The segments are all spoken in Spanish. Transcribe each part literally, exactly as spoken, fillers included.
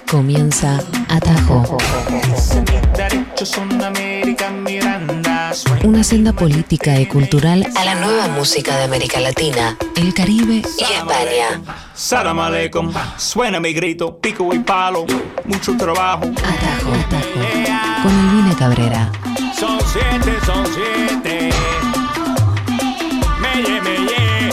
Comienza Atajo. Una senda política y cultural a la nueva música de América Latina, el Caribe y España. Salam aleikum, suena mi grito, pico y palo, mucho trabajo. Atajo, Atajo, con Elvina Cabrera. Son siete, son siete. Meye, meye.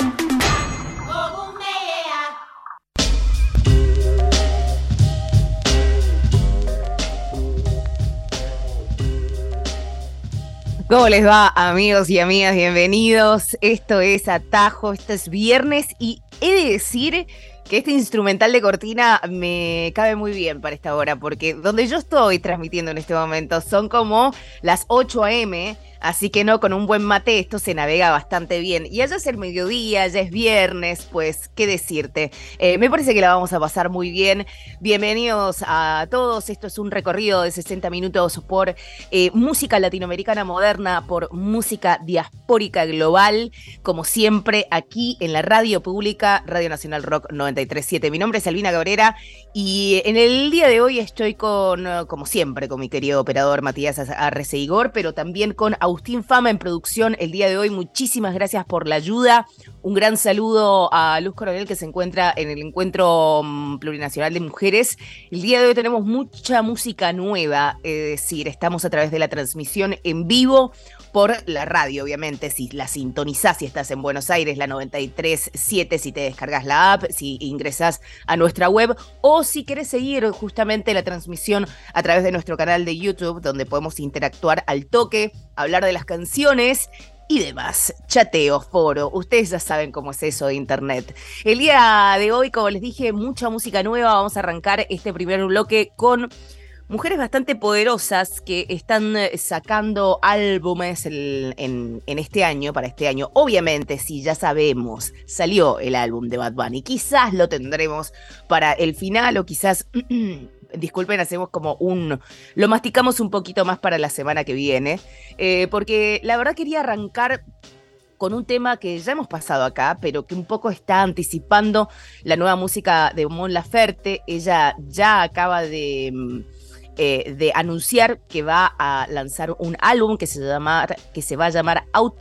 ¿Cómo les va, amigos y amigas? Bienvenidos. Esto es Atajo, esto es viernes y he de decir que este instrumental de cortina me cabe muy bien para esta hora, porque donde yo estoy transmitiendo en este momento son como las ocho a eme, así que no, con un buen mate esto se navega bastante bien. Y allá es el mediodía, ya es viernes, pues, ¿qué decirte? Eh, me parece que la vamos a pasar muy bien. Bienvenidos a todos, esto es un recorrido de sesenta minutos por eh, música latinoamericana moderna, por música diaspórica global, como siempre, aquí en la radio pública, Radio Nacional Rock noventa y tres punto siete. Mi nombre es Elvina Cabrera y en el día de hoy estoy con, como siempre, con mi querido operador Matías Arreceigor, pero también con Agustín Fama en producción el día de hoy. Muchísimas gracias por la ayuda. Un gran saludo a Luz Coronel, que se encuentra en el Encuentro Plurinacional de Mujeres. El día de hoy tenemos mucha música nueva, es decir, estamos a través de la transmisión en vivo por la radio, obviamente, si la sintonizás, si estás en Buenos Aires, la noventa y tres punto siete, si te descargas la app, si ingresás a nuestra web, o si querés seguir justamente la transmisión a través de nuestro canal de YouTube, donde podemos interactuar al toque, hablar de las canciones y demás, chateo, foro, ustedes ya saben cómo es eso de internet. El día de hoy, como les dije, mucha música nueva. Vamos a arrancar este primer bloque con mujeres bastante poderosas que están sacando álbumes en, en, en este año, para este año. Obviamente, sí, ya sabemos, salió el álbum de Bad Bunny. Quizás lo tendremos para el final o quizás... Disculpen, hacemos como un... Lo masticamos un poquito más para la semana que viene, eh, porque la verdad quería arrancar con un tema que ya hemos pasado acá, pero que un poco está anticipando la nueva música de Mon Laferte. Ella ya acaba de... Eh, de anunciar que va a lanzar un álbum que se, llama, que se va a llamar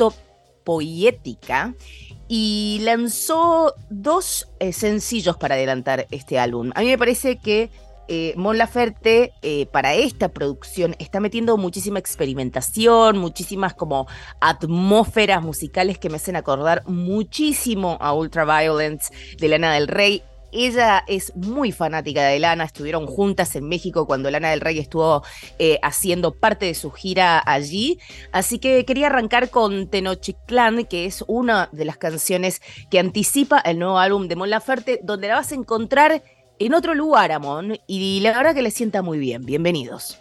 Autopoética, y lanzó dos eh, sencillos para adelantar este álbum. A mí me parece que eh, Mon Laferte eh, para esta producción está metiendo muchísima experimentación, muchísimas como atmósferas musicales que me hacen acordar muchísimo a Ultraviolence de Lana del Rey. Ella es muy fanática de Lana, estuvieron juntas en México cuando Lana del Rey estuvo eh, haciendo parte de su gira allí, así que quería arrancar con Tenochtitlán, que es una de las canciones que anticipa el nuevo álbum de Mon Laferte, donde la vas a encontrar en otro lugar, Amon, y la verdad que le sienta muy bien. Bienvenidos.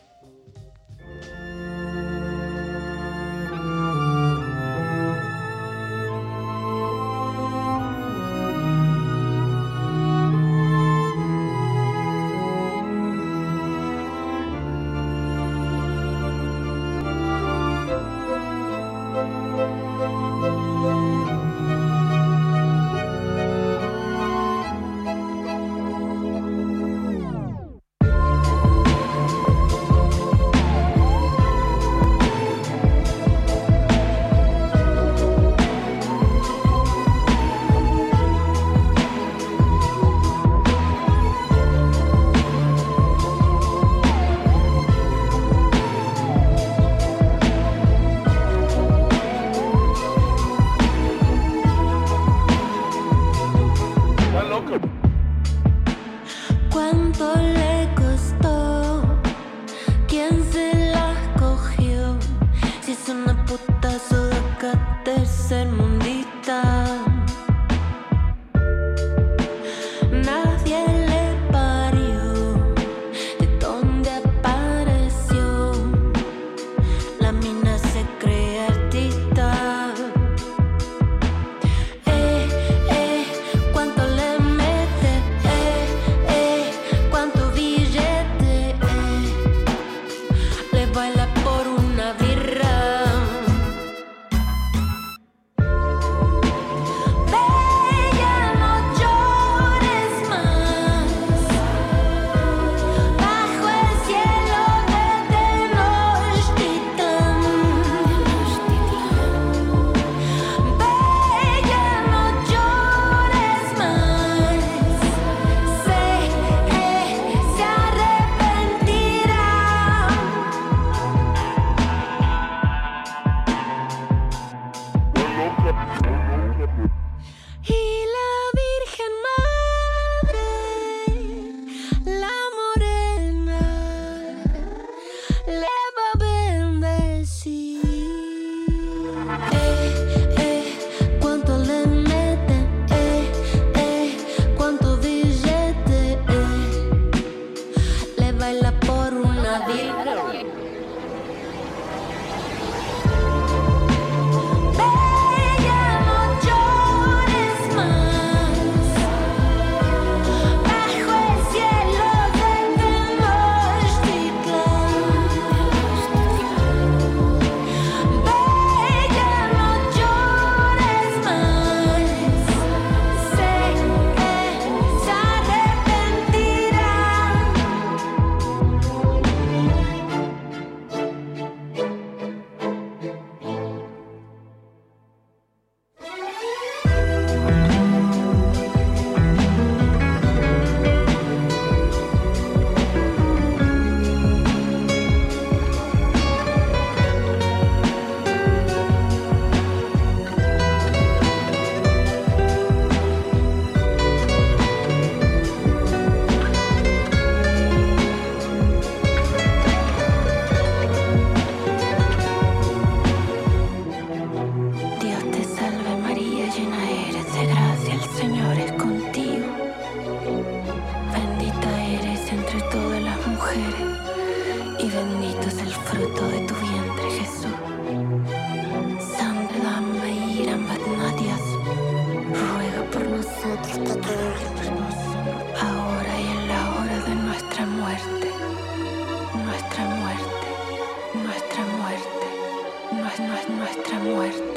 de gracia, el Señor es contigo. Bendita eres entre todas las mujeres, y bendito es el fruto de tu vientre, Jesús. Santa Dama Iram Batnatias, ruega por nosotros, pecadores, ahora y en la hora de nuestra muerte. Nuestra muerte, nuestra muerte, nuestra, nuestra muerte.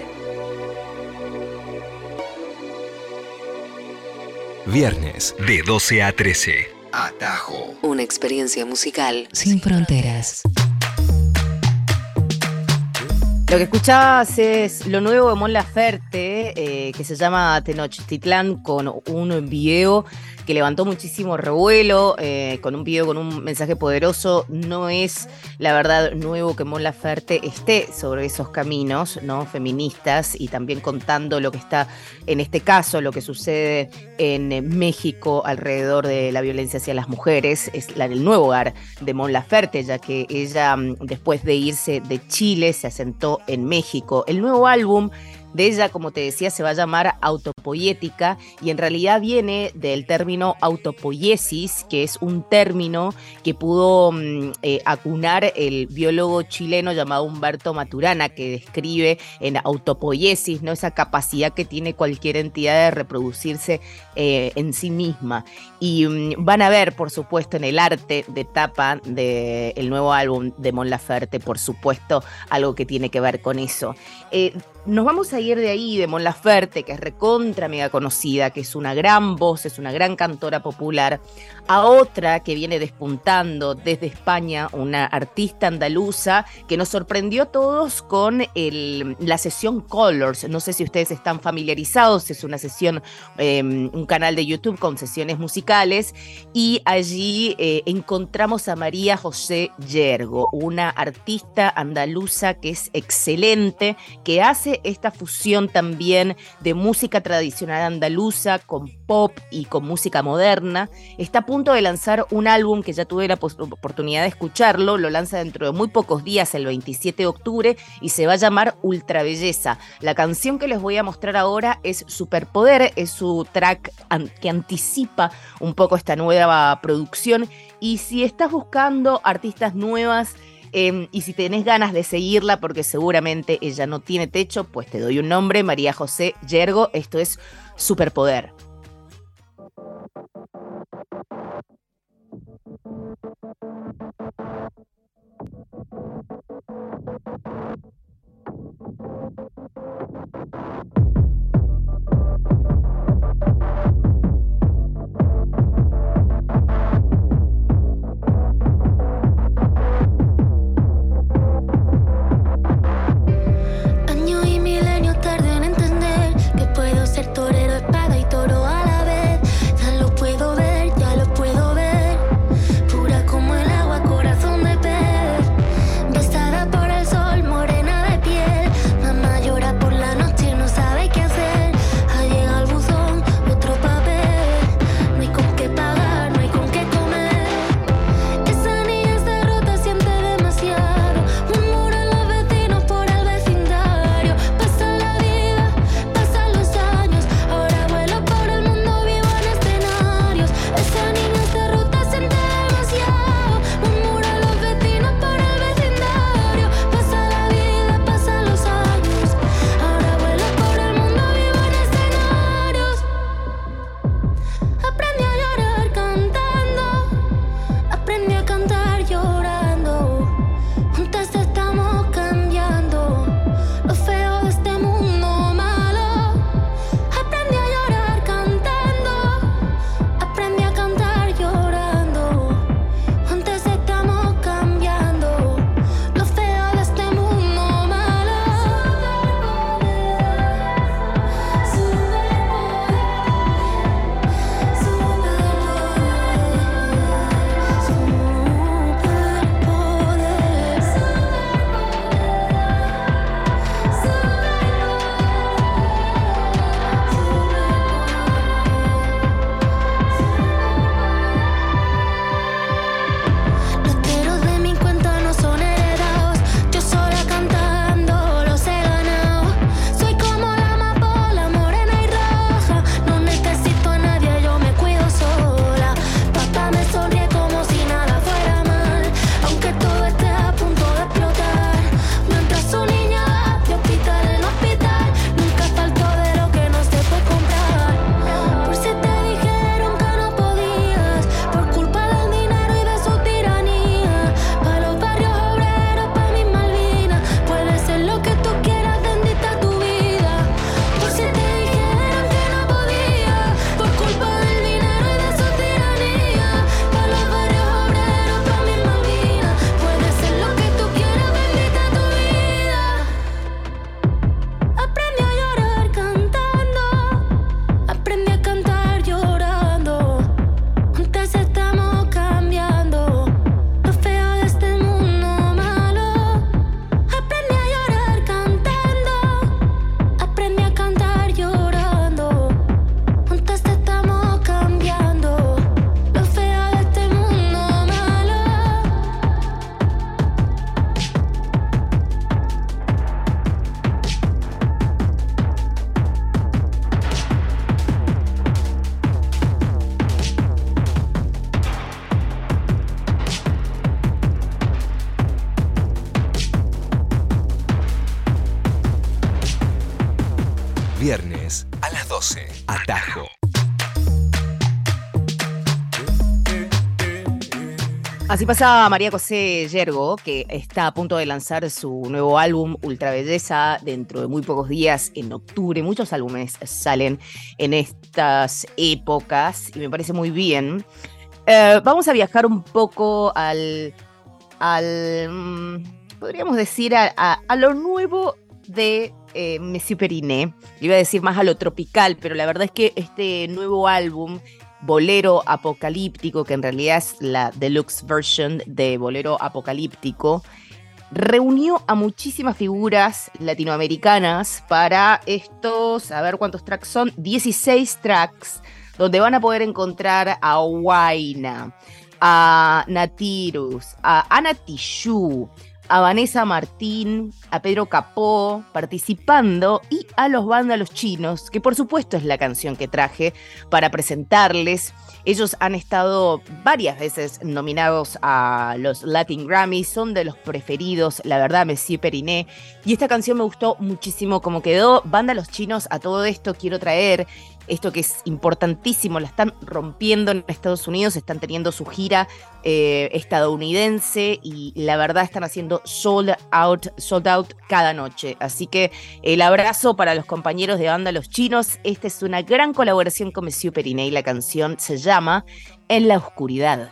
Viernes de doce a trece. Atajo. Una experiencia musical sin fronteras. Lo que escuchabas es lo nuevo de Mon Laferte, eh, que se llama Tenochtitlán, con un video que levantó muchísimo revuelo, eh, con un video con un mensaje poderoso. No es, la verdad, nuevo que Mon Laferte esté sobre esos caminos, ¿no?, feministas, y también contando lo que está, en este caso, lo que sucede en México alrededor de la violencia hacia las mujeres. Es la, el nuevo hogar de Mon Laferte, ya que ella, después de irse de Chile, se asentó en México. El nuevo álbum de ella, como te decía, se va a llamar Autopoética, y en realidad viene del término autopoiesis, que es un término que pudo eh, acunar el biólogo chileno llamado Humberto Maturana, que describe en autopoiesis, ¿no?, esa capacidad que tiene cualquier entidad de reproducirse eh, en sí misma. Y um, van a ver, por supuesto, en el arte de tapa del nuevo álbum de Mon Laferte, por supuesto, algo que tiene que ver con eso. Eh, Nos vamos a ir de ahí, de Mon Laferte, que es recontra mega conocida, que es una gran voz, es una gran cantora popular, a otra que viene despuntando desde España, una artista andaluza que nos sorprendió a todos con el, la sesión Colors. No sé si ustedes están familiarizados, es una sesión, eh, un canal de YouTube con sesiones musicales, y allí eh, encontramos a María José Yergo, una artista andaluza que es excelente, que hace esta fusión también de música tradicional andaluza con pop y con música moderna. Está a punto de lanzar un álbum que ya tuve la oportunidad de escucharlo, lo lanza dentro de muy pocos días, el veintisiete de octubre, y se va a llamar Ultra Belleza. La canción que les voy a mostrar ahora es Superpoder, es su track an- que anticipa un poco esta nueva producción, y si estás buscando artistas nuevas, Eh, y si tenés ganas de seguirla, porque seguramente ella no tiene techo, pues te doy un nombre: María José Yergo. Esto es Superpoder. Año y milenio tarde en entender que puedo ser torero, espada y toro doce. Atajo. Así pasaba María José Yergo, que está a punto de lanzar su nuevo álbum Ultra Belleza dentro de muy pocos días, en octubre. Muchos álbumes salen en estas épocas y me parece muy bien. Eh, vamos a viajar un poco al, al podríamos decir, a, a, a lo nuevo de eh, Monsieur Periné. Iba a decir más a lo tropical, pero la verdad es que este nuevo álbum, Bolero Apocalíptico, que en realidad es la deluxe version de Bolero Apocalíptico, reunió a muchísimas figuras latinoamericanas para estos, a ver cuántos tracks son, dieciséis tracks, donde van a poder encontrar a Huayna, a Natirus, a Ana Tijoux, a Vanessa Martín, a Pedro Capó participando y a los Vándalos Chinos, que por supuesto es la canción que traje para presentarles. Ellos han estado varias veces nominados a los Latin Grammys, son de los preferidos, la verdad, Monsieur Periné, y esta canción me gustó muchísimo como quedó. Vándalos Chinos, a todo esto quiero traer esto que es importantísimo, la están rompiendo en Estados Unidos, están teniendo su gira eh, estadounidense y la verdad están haciendo sold out, sold out cada noche. Así que el abrazo para los compañeros de Vándalos Chinos. Esta es una gran colaboración con Monsieur Periné y la canción se llama En la Oscuridad.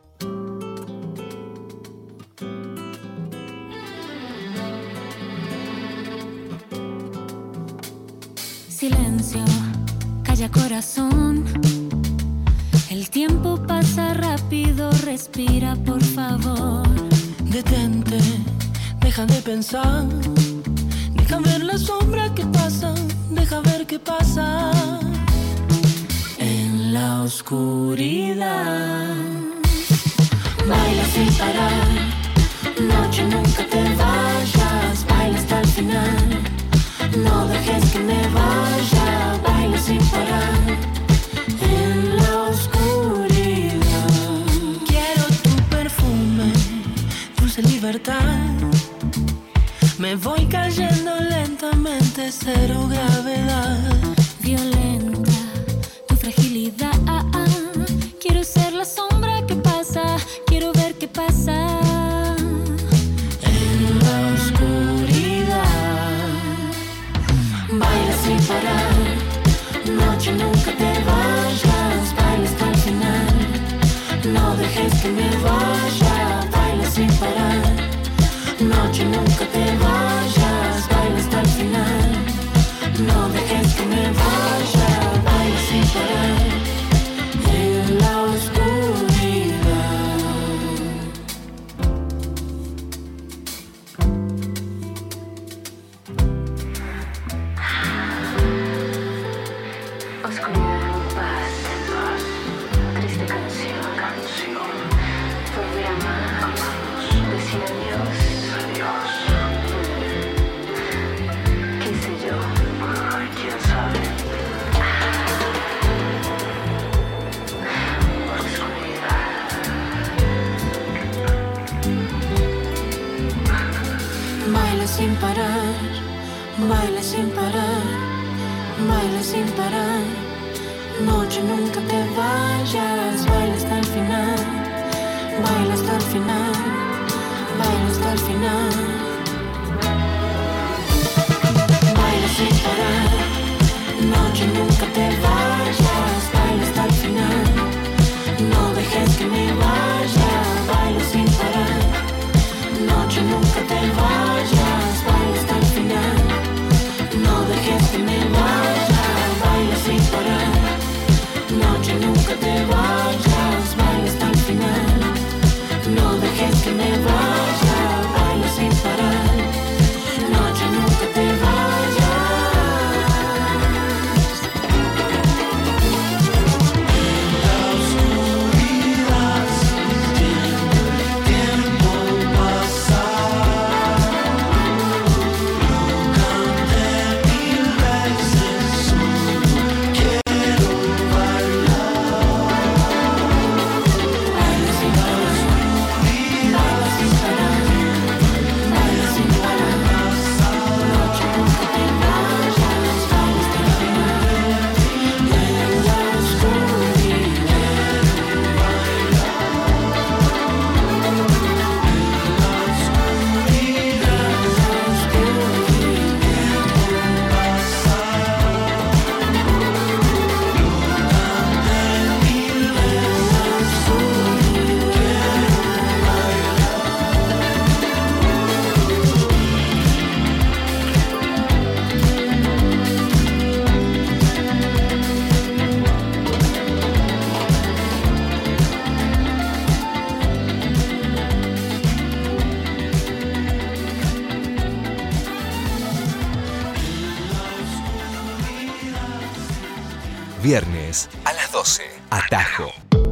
Silencio. Calla corazón, el tiempo pasa rápido, respira por favor. Detente, deja de pensar, deja ver la sombra que pasa, deja ver qué pasa. En la oscuridad, baila sin parar, noche nunca te vayas, baila hasta el final. No dejes que me vaya, baila sin parar. En la oscuridad, quiero tu perfume, dulce libertad. Me voy cayendo lentamente, cero gravedad. Violenta, tu fragilidad. Quiero ser la sombra que pasa, quiero ver qué pasa. En la oscuridad, baila sin parar, noche nunca te vayas, baila hasta el final. No dejes que me vaya, baila sin parar, noche nunca te vayas, baila hasta el final. No dejes que me vaya, baila sin parar. En la oscuridad. Sin parar, baila sin parar, baila sin parar. Noche nunca te vayas, baila hasta el final, baila hasta el final, baila hasta el final. Baila sin parar, noche nunca te vayas, baila hasta el final. No dejes que me vaya, baila sin parar. Noche nunca te vayas, baila hasta el final. No dejes que me vaya, baila sin parar. Noche nunca te vayas, baila hasta el final. No dejes que me vaya, baila sin parar. Noche nunca te vayas. Viernes a las doce. Atajo.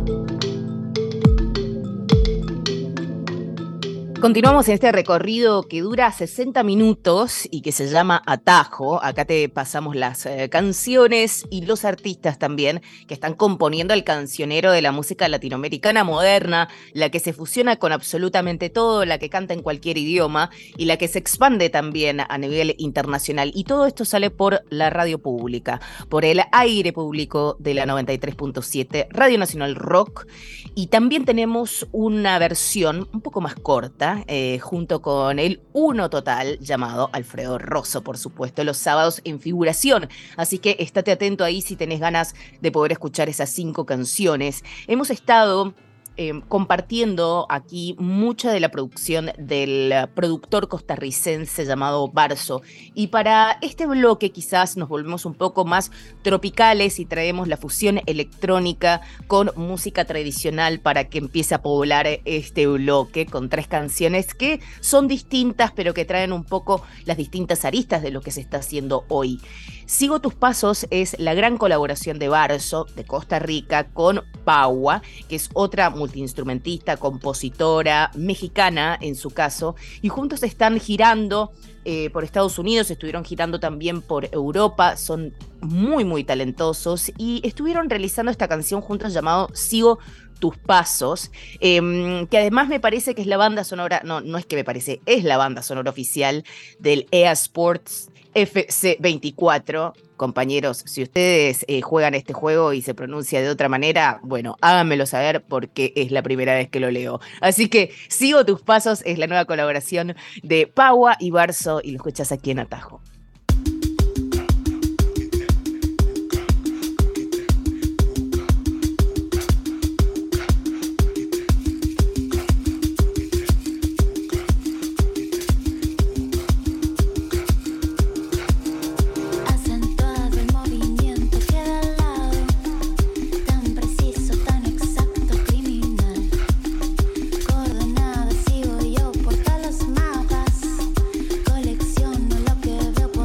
Continuamos en este recorrido que dura sesenta minutos y que se llama Atajo. Acá te pasamos las eh, canciones y los artistas también que están componiendo el cancionero de la música latinoamericana moderna, la que se fusiona con absolutamente todo, la que canta en cualquier idioma y la que se expande también a nivel internacional. Y todo esto sale por la radio pública, por el aire público de la noventa y tres punto siete, Radio Nacional Rock. Y también tenemos una versión un poco más corta, Eh, junto con el Uno Total, llamado Alfredo Rosso, por supuesto, los sábados en Figuración. Así que estate atento ahí si tenés ganas de poder escuchar esas cinco canciones. Hemos estado Eh, compartiendo aquí mucha de la producción del productor costarricense llamado Barso. Y para este bloque quizás nos volvemos un poco más tropicales y traemos la fusión electrónica con música tradicional para que empiece a poblar este bloque con tres canciones que son distintas pero que traen un poco las distintas aristas de lo que se está haciendo hoy. Sigo tus pasos es la gran colaboración de Barso de Costa Rica con Paua, que es otra multiinstrumentista, compositora mexicana en su caso, y juntos están girando eh, por Estados Unidos, estuvieron girando también por Europa, son muy muy talentosos y estuvieron realizando esta canción juntos llamado Sigo tus pasos, eh, que además me parece que es la banda sonora, no, no es que me parece, es la banda sonora oficial del E A Sports F C veinticuatro. Compañeros, si ustedes eh, juegan este juego y se pronuncia de otra manera, bueno, háganmelo saber porque es la primera vez que lo leo. Así que Sigo tus pasos es la nueva colaboración de Paua y Barso y lo escuchas aquí en Atajo. Coordenadas sigo yo por todos los mapas. Colecciono lo que veo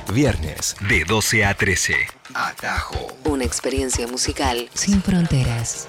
Viernes de doce a trece. Atajo. Una experiencia musical sin fronteras.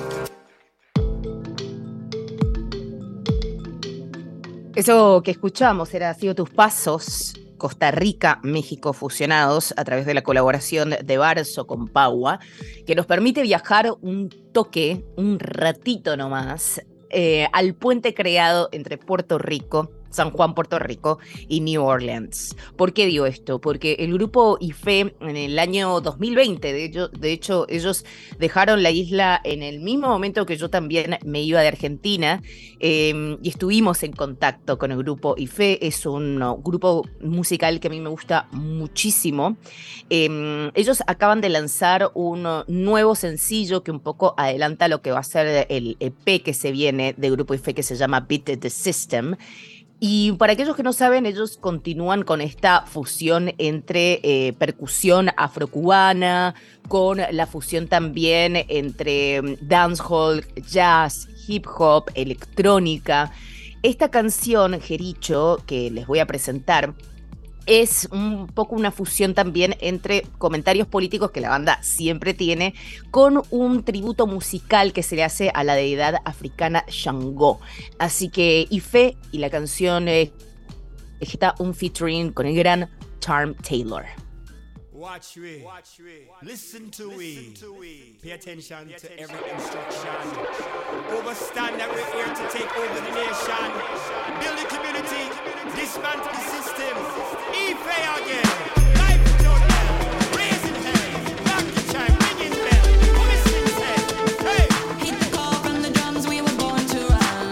Eso que escuchamos era Sigo tus pasos, Costa Rica, México fusionados a través de la colaboración de Barzo con Paua, que nos permite viajar un toque, un ratito nomás, eh, al puente creado entre Puerto Rico, San Juan, Puerto Rico y New Orleans. ¿Por qué digo esto? Porque el grupo IFE en el año dos mil veinte, de hecho, de hecho ellos dejaron la isla en el mismo momento que yo también me iba de Argentina, eh, y estuvimos en contacto con el grupo IFE. Es un no, grupo musical que a mí me gusta muchísimo. Eh, ellos acaban de lanzar un nuevo sencillo que un poco adelanta lo que va a ser el E P que se viene del grupo IFE, que se llama Beat the System. Y para aquellos que no saben, ellos continúan con esta fusión entre eh, percusión afrocubana, con la fusión también entre dancehall, jazz, hip hop, electrónica. Esta canción, Jericho, que les voy a presentar, es un poco una fusión también entre comentarios políticos que la banda siempre tiene, con un tributo musical que se le hace a la deidad africana Shango. Así que IFE y la canción eh, está un featuring con el gran Charm Taylor. Watch we, watch we, listen to we, pay attention to every instruction. Overstand that we're here to take over the nation, build the community, dismantle the system. IFE again, life without hell, raising hell, back to time, ringing bell, promising hell, hey! Hit the call from the drums, we were born to run.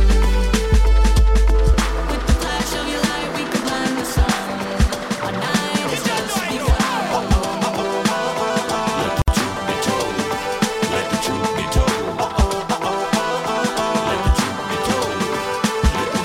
With the flash of your light, we could blind the sun. Our night is just begun. Let the truth be told.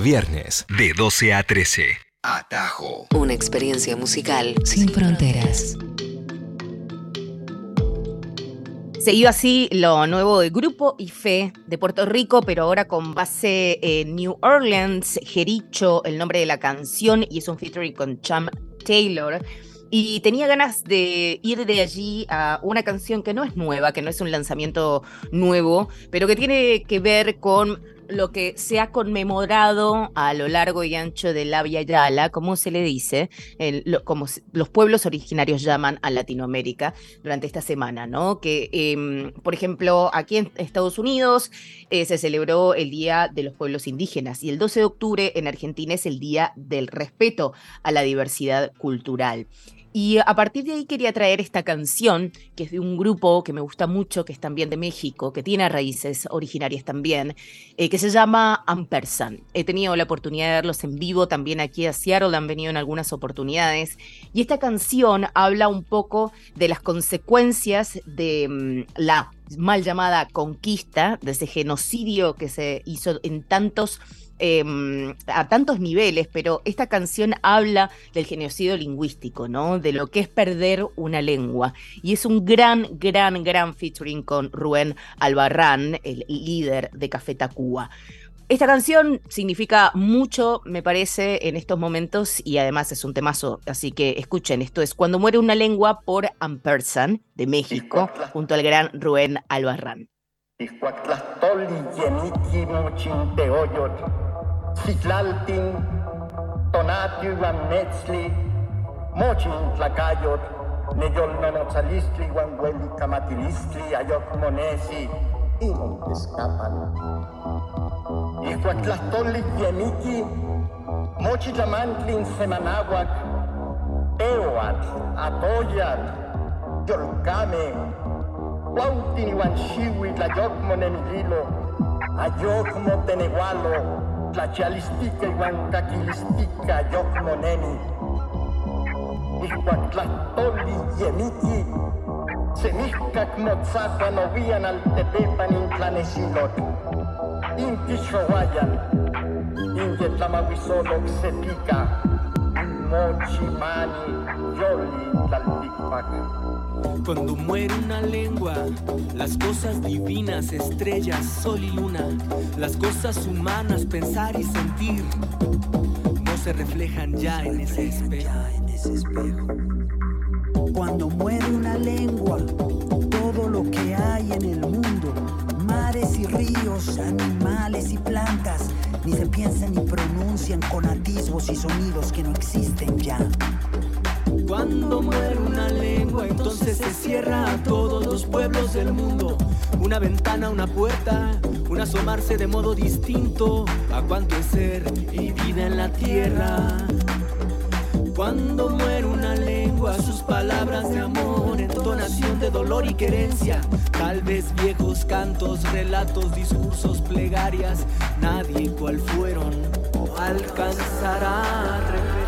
Viernes de doce a trece. Atajo. Una experiencia musical sin fronteras. Seguido así lo nuevo de Grupo Ife de Puerto Rico, pero ahora con base en New Orleans, Jericho, el nombre de la canción, y es un featuring con Cham Taylor. Y tenía ganas de ir de allí a una canción que no es nueva, que no es un lanzamiento nuevo, pero que tiene que ver con lo que se ha conmemorado a lo largo y ancho de la Via Yala, como se le dice, el, lo, como se, los pueblos originarios llaman a Latinoamérica durante esta semana, ¿no? Que, eh, por ejemplo, aquí en Estados Unidos eh, se celebró el Día de los Pueblos Indígenas y el doce de octubre en Argentina es el Día del Respeto a la Diversidad Cultural. Y a partir de ahí quería traer esta canción, que es de un grupo que me gusta mucho, que es también de México, que tiene raíces originarias también, eh, que se llama Ampersand. He tenido la oportunidad de verlos en vivo también aquí a Seattle, han venido en algunas oportunidades. Y esta canción habla un poco de las consecuencias de um, la mal llamada conquista, de ese genocidio que se hizo en tantos Eh, a tantos niveles, pero esta canción habla del genocidio lingüístico, ¿no? De lo que es perder una lengua. Y es un gran, gran, gran featuring con Rubén Albarrán, el líder de Café Tacuba. Esta canción significa mucho, me parece, en estos momentos, y además es un temazo, así que escuchen, esto es Cuando muere una lengua por Ampersand, de México, junto al gran Rubén Albarrán. Citlaltin, Tonatiu Netzli, Mochin Tlacayot, Neyol Nonotzalistli, Wangueli Camatilistli, Ayok Monesi, y Montescapan. Ihuatlastoli Yemiki, Mochitlamantlin Semanahuac, Eoat, Atoyat, Yolcame, Huautin Iwanchiwi, Tlayok Monemililo, Ayok Motenegualo, Tlachialistica y Huancaquilistica, Yocmoneni, Ihuatlastoli Yemiki, Semihcac Mozahua Novian al Tepepan Intlanesilot, Intishowayan, Inyetlamahuizoloc Setica, Mochimani, Yoli Tlalticpac. Cuando muere una lengua, las cosas divinas, estrellas, sol y luna, las cosas humanas, pensar y sentir, no se reflejan ya en ese espejo. Cuando muere una lengua, todo lo que hay en el mundo, mares y ríos, animales y plantas, ni se piensan ni pronuncian con atisbos y sonidos que no existen ya. Cuando muere una lengua, entonces se cierra a todos los pueblos del mundo. Una ventana, una puerta, un asomarse de modo distinto a cuanto es ser y vida en la tierra. Cuando muere una lengua, sus palabras de amor, entonación de dolor y querencia, tal vez viejos cantos, relatos, discursos, plegarias, nadie cual fueron alcanzará a repetir.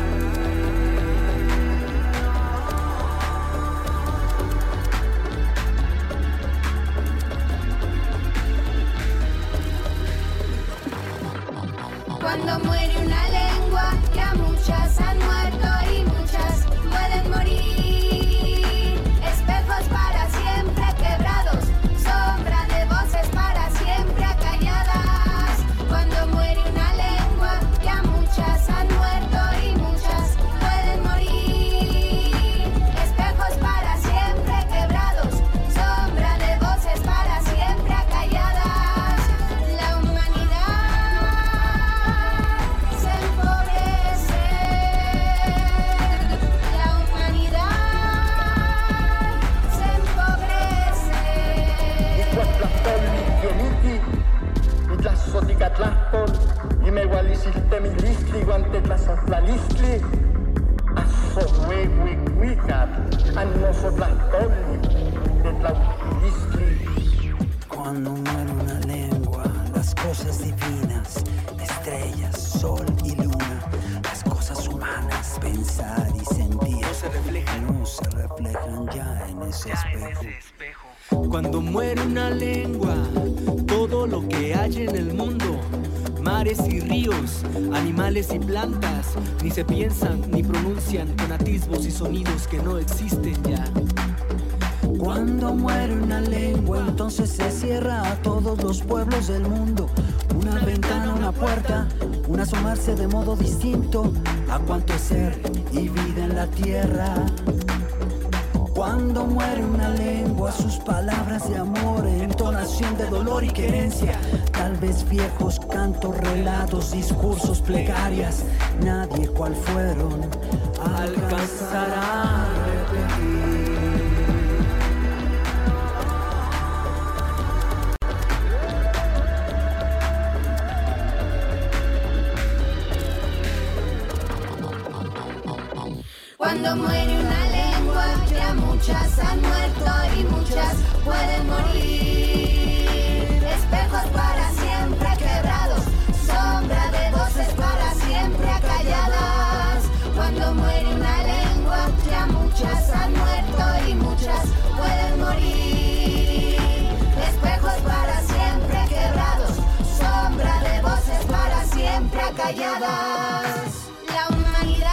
Cuando muere una lengua, ya muchas han muerto y muchas pueden morir. Espejos para siempre quebrados, sombra de voces para siempre acalladas. Cuando muere una lengua, ya muchas han muerto y muchas pueden morir. Espejos para siempre quebrados, sombra de voces para siempre acalladas. La humanidad Tlaxoticatlastol, Imehualisiltemilistli, Guantetlazotlalisli, Azohuehuihuicat, Anosotlastoli, Tetlautilistli. Cuando muere una lengua, las cosas divinas, estrellas, sol y luna, las cosas humanas, pensar y sentir, no se reflejan, no se reflejan ya en ese espejo. Cuando muere una lengua, todo lo que hay en el mundo, mares y ríos, animales y plantas, ni se piensan ni pronuncian con atisbos y sonidos que no existen ya. Cuando muere una lengua, entonces se cierra a todos los pueblos del mundo. Una ventana, una puerta, un asomarse de modo distinto a cuanto es ser y vida en la tierra. Cuando muere una lengua, sus palabras de amor, entonación de dolor y querencia, tal vez viejos cantos, relatos, discursos, plegarias, nadie cual fueron alcanzará a repetir. Cuando muere una lengua, ya muchas han muerto y muchas pueden morir. Espejos para siempre quebrados, sombra de voces para siempre acalladas. Cuando muere una lengua, ya muchas han muerto y muchas pueden morir. Espejos para siempre quebrados, sombra de voces para siempre acalladas. La humanidad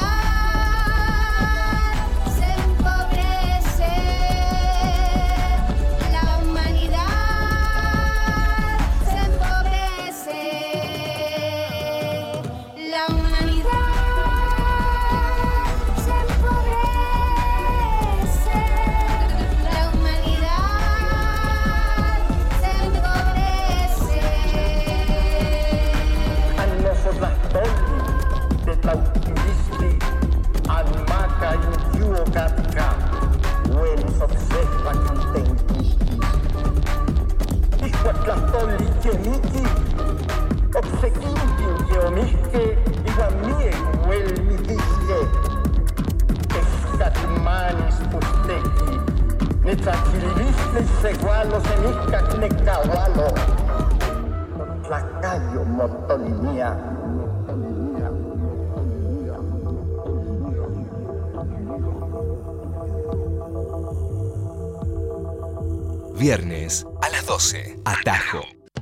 Viernes a las doce. Atajo.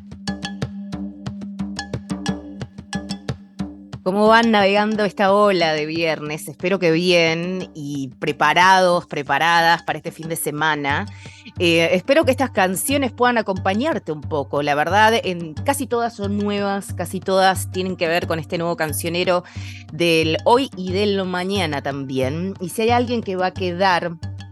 ¿Cómo van navegando esta ola de viernes? Espero que bien y preparados, preparadas para este fin de semana. Eh, espero que estas canciones puedan acompañarte un poco. La verdad, en, casi todas son nuevas, casi todas tienen que ver con este nuevo cancionero del hoy y del mañana también. Y si hay alguien que va a quedar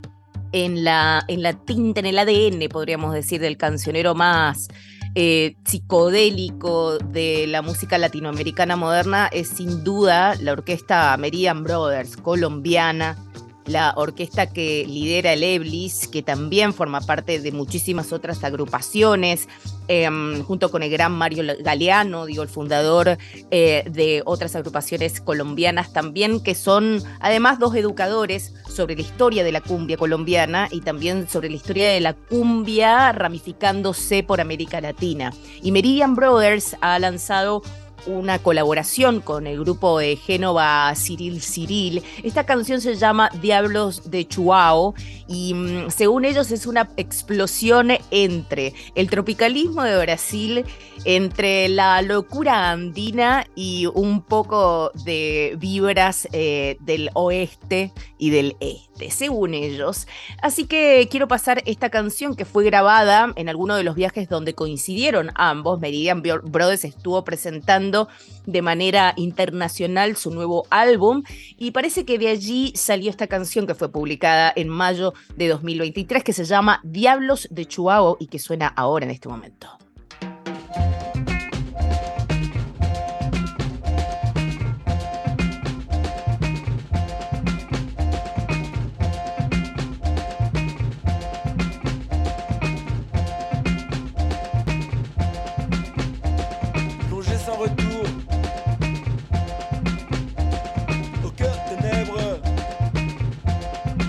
en la, en la tinta, en el A D N, podríamos decir, del cancionero más Eh, psicodélico de la música latinoamericana moderna, es sin duda la orquesta Meridian Brothers, colombiana, la orquesta que lidera el Eblis, que también forma parte de muchísimas otras agrupaciones, eh, junto con el gran Mario Galeano, digo, el fundador eh, de otras agrupaciones colombianas también, que son además dos educadores sobre la historia de la cumbia colombiana y también sobre la historia de la cumbia ramificándose por América Latina. Y Meridian Brothers ha lanzado una colaboración con el grupo de Génova Cyril Cyril. Esta canción se llama Diablos de Chuao y mmm, según ellos es una explosión entre el tropicalismo de Brasil, entre la locura andina y un poco de vibras eh, del oeste y del este, según ellos. Así que quiero pasar esta canción que fue grabada en alguno de los viajes donde coincidieron ambos. Meridian Brothers estuvo presentando de manera internacional su nuevo álbum y parece que de allí salió esta canción que fue publicada en mayo de dos mil veintitrés, que se llama Diablos de Chuao y que suena ahora en este momento.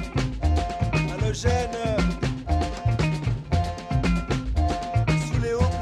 Sous les hauts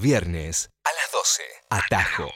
Viernes a las doce. Atajo.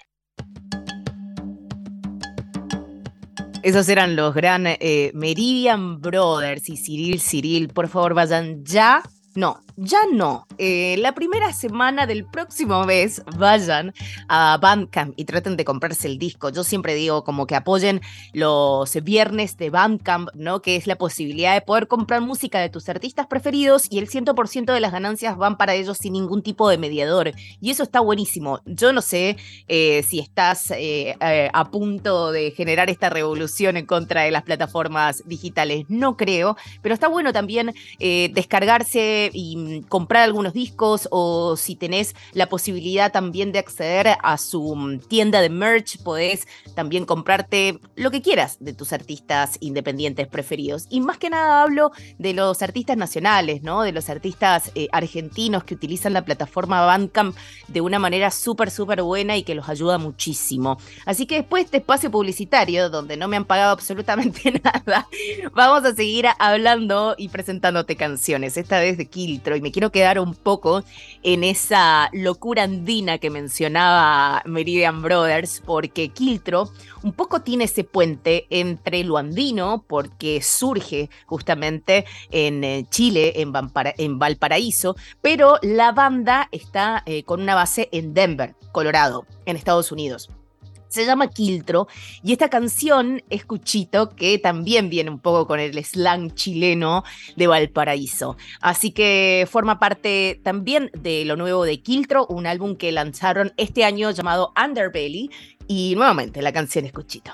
Esos eran los gran eh, Meridian Brothers y Cyril Cyril. Por favor, vayan ya. No, ya no. Eh, la primera semana del próximo mes vayan a Bandcamp y traten de comprarse el disco. Yo siempre digo como que apoyen los viernes de Bandcamp, ¿no? Que es la posibilidad de poder comprar música de tus artistas preferidos y el cien por ciento de las ganancias van para ellos sin ningún tipo de mediador. Y eso está buenísimo. Yo no sé eh, si estás eh, eh, a punto de generar esta revolución en contra de las plataformas digitales. No creo, pero está bueno también eh, descargarse y comprar algunos discos, o si tenés la posibilidad también de acceder a su tienda de merch, podés también comprarte lo que quieras de tus artistas independientes preferidos. Y más que nada hablo de los artistas nacionales, ¿no? De los artistas eh, argentinos que utilizan la plataforma Bandcamp de una manera súper, súper buena y que los ayuda muchísimo. Así que después de este espacio publicitario, donde no me han pagado absolutamente nada, vamos a seguir hablando y presentándote canciones, esta vez de Quiltro, y me quiero quedar un poco en esa locura andina que mencionaba Meridian Brothers, porque Quiltro un poco tiene ese puente entre lo andino, porque surge justamente en Chile, en, Vampara- en Valparaíso, pero la banda está eh, con una base en Denver, Colorado, en Estados Unidos. Se llama Quiltro y esta canción es Cuchito, que también viene un poco con el slang chileno de Valparaíso. Así que forma parte también de lo nuevo de Quiltro, un álbum que lanzaron este año llamado Underbelly, y nuevamente la canción es Cuchito.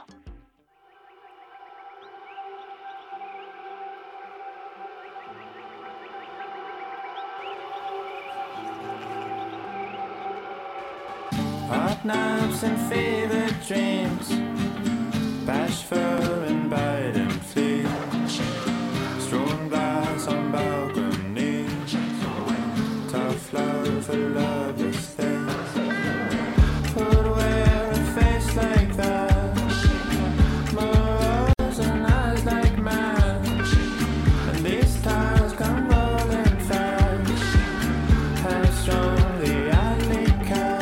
Hot knives and fevered dreams, bashful and bite and flee, strewn glass on balconies, tough love for loveless things. Could wear a face like that, morose and eyes like mine, and these tires come rolling fast, how strong the alley cat.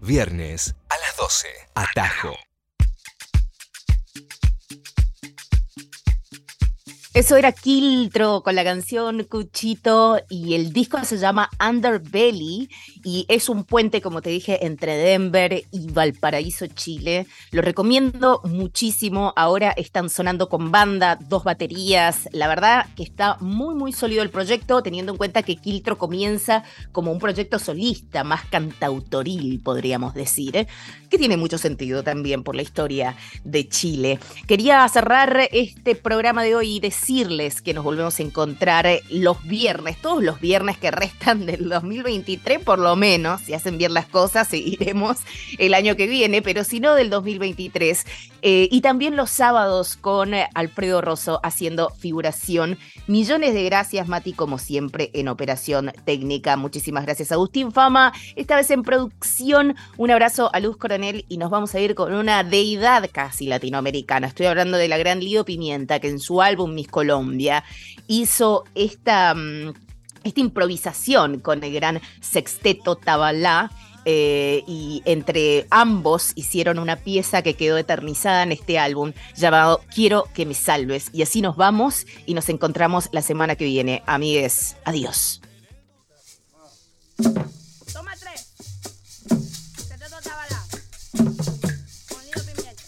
viernes a las doce. Atajo. Eso era Quiltro con la canción Cuchito y el disco se llama Underbelly y es un puente, como te dije, entre Denver y Valparaíso, Chile. Lo recomiendo muchísimo. Ahora están sonando con banda, dos baterías. La verdad que está muy, muy sólido el proyecto, teniendo en cuenta que Quiltro comienza como un proyecto solista, más cantautoril, podríamos decir, ¿eh? Que tiene mucho sentido también por la historia de Chile. Quería cerrar este programa de hoy y decirles que nos volvemos a encontrar los viernes, todos los viernes que restan del dos mil veintitrés, por lo menos, si hacen bien las cosas, seguiremos el año que viene, pero si no del dos mil veintitrés. Eh, y también los sábados con Alfredo Rosso haciendo figuración. Millones de gracias, Mati, como siempre, en operación técnica. Muchísimas gracias, Agustín Fama, esta vez en producción. Un abrazo a Luz Coronel y nos vamos a ir con una deidad casi latinoamericana. Estoy hablando de la gran Lido Pimienta, que en su álbum Miss Colombia hizo esta, esta improvisación con el gran Sexteto Tabalá. Eh, y entre ambos hicieron una pieza que quedó eternizada en este álbum llamado Quiero que me salves. Y así nos vamos y nos encontramos la semana que viene. Amigues, adiós. Toma tres. Sexteto Tabalá. Con Lido Pimienta.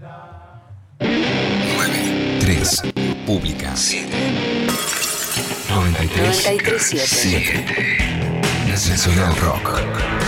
nueve tres Pública siete noventa y tres noventa y tres siete siete Nacional Rock.